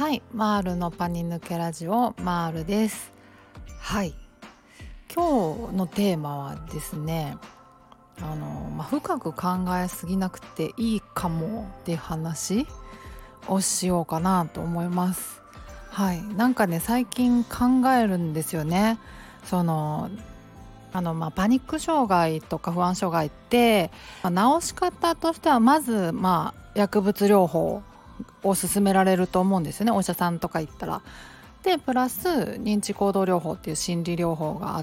はい、マールのパニ抜けラジオマールです。はい、今日のテーマはですね、深く考えすぎなくていいかもって話をしようかなと思います。はい、なんかね最近考えるんですよね。そのパニック障害とか不安障害って、治し方としてはまず薬物療法を勧められると思うんですよね、お医者さんとか行ったら。でプラス認知行動療法っていう心理療法があって、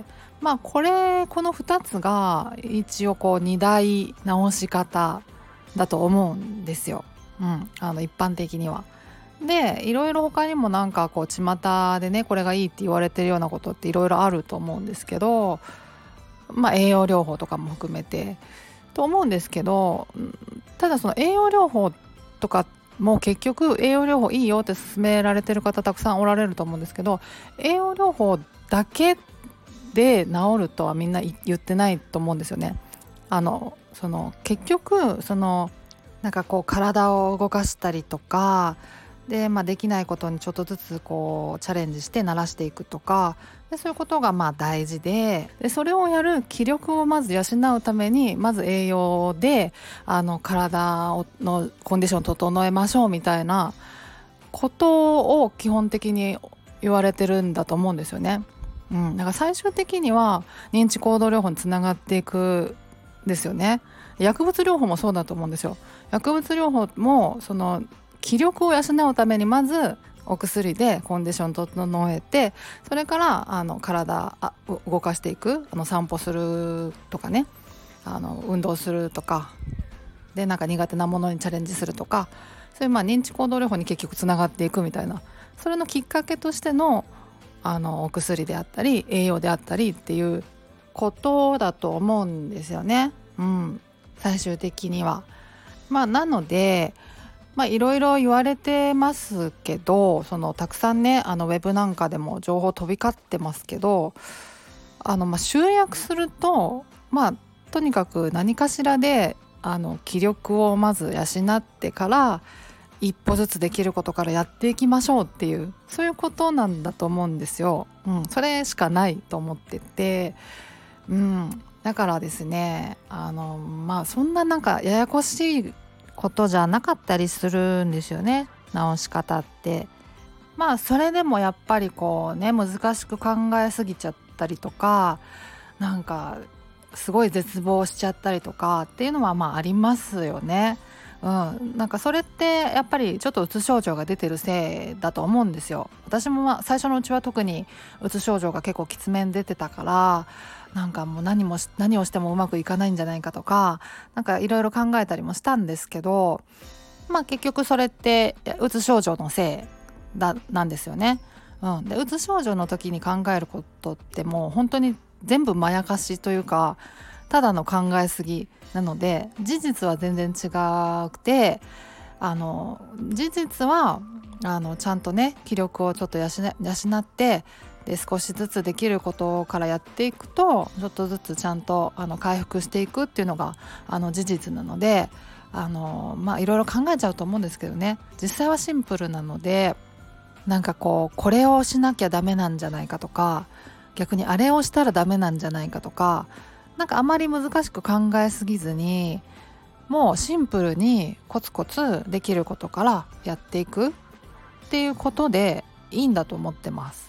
この2つが一応2大治し方だと思うんですよ、一般的には。でいろいろ他にも巷でねこれがいいって言われてるようなことっていろいろあると思うんですけど、栄養療法とかも含めてと思うんですけど、ただその栄養療法とかもう結局栄養療法いいよって勧められてる方たくさんおられると思うんですけど、栄養療法だけで治るとはみんな言ってないと思うんですよね。結局体を動かしたりとかで、できないことにちょっとずつチャレンジして慣らしていくとかで、そういうことが大事で、それをやる気力をまず養うためにまず栄養で体のコンディションを整えましょうみたいなことを基本的に言われてるんだと思うんですよね。だから最終的には認知行動療法につながっていくんですよね。薬物療法もそうだと思うんですよ。薬物療法もその気力を養うためにまずお薬でコンディション整えて、それから体を動かしていく、散歩するとかね、運動するとかで苦手なものにチャレンジするとか、そういう認知行動療法に結局つながっていくみたいな、それのきっかけとしてのお薬であったり栄養であったりっていうことだと思うんですよね。最終的にはなのでいろいろ言われてますけど、たくさんねウェブなんかでも情報飛び交ってますけど、集約するととにかく何かしらで気力をまず養ってから一歩ずつできることからやっていきましょうっていう、そういうことなんだと思うんですよ。それしかないと思ってて、だからですねそんなややこしいことじゃなかったりするんですよね、直し方って。それでもやっぱり難しく考えすぎちゃったりとか、すごい絶望しちゃったりとかっていうのはありますよね。それってやっぱりちょっとうつ症状が出てるせいだと思うんですよ。私も最初のうちは特にうつ症状が結構きつめに出てたから、もう何をしてもうまくいかないんじゃないかとかいろいろ考えたりもしたんですけど、結局それってうつ症状のせいなんですよね。でうつ症状の時に考えることってもう本当に全部まやかしというかただの考えすぎなので、事実は全然違くて事実はちゃんとね気力をちょっと養ってで少しずつできることからやっていくとちょっとずつちゃんと回復していくっていうのが事実なので、いろいろ考えちゃうと思うんですけどね、実際はシンプルなので、これをしなきゃダメなんじゃないかとか、逆にあれをしたらダメなんじゃないかとか、あまり難しく考えすぎずに、もうシンプルにコツコツできることからやっていくっていうことでいいんだと思ってます。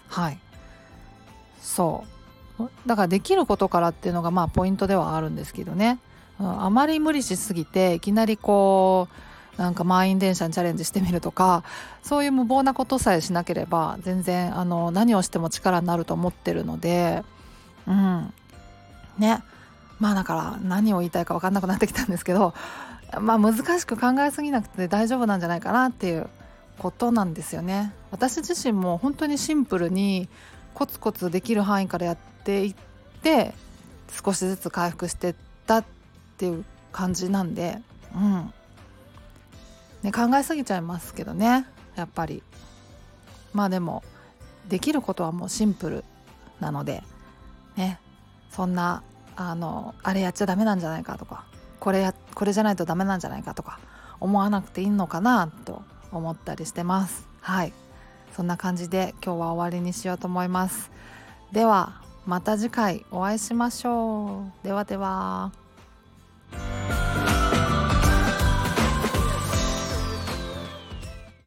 そうだからできることからっていうのがポイントではあるんですけどね、あまり無理しすぎていきなり満員電車にチャレンジしてみるとか、そういう無謀なことさえしなければ全然何をしても力になると思ってるので、ね、だから何を言いたいか分かんなくなってきたんですけど、難しく考えすぎなくて大丈夫なんじゃないかなっていうことなんですよね。私自身も本当にシンプルにコツコツできる範囲からやっていって少しずつ回復していったっていう感じなんで、考えすぎちゃいますけどね、やっぱり。でもできることはもうシンプルなのでね、そんなあれやっちゃダメなんじゃないかとかこれじゃないとダメなんじゃないかとか思わなくていいのかなと思ったりしてます。はい、そんな感じで今日は終わりにしようと思います。ではまた次回お会いしましょう。ではでは。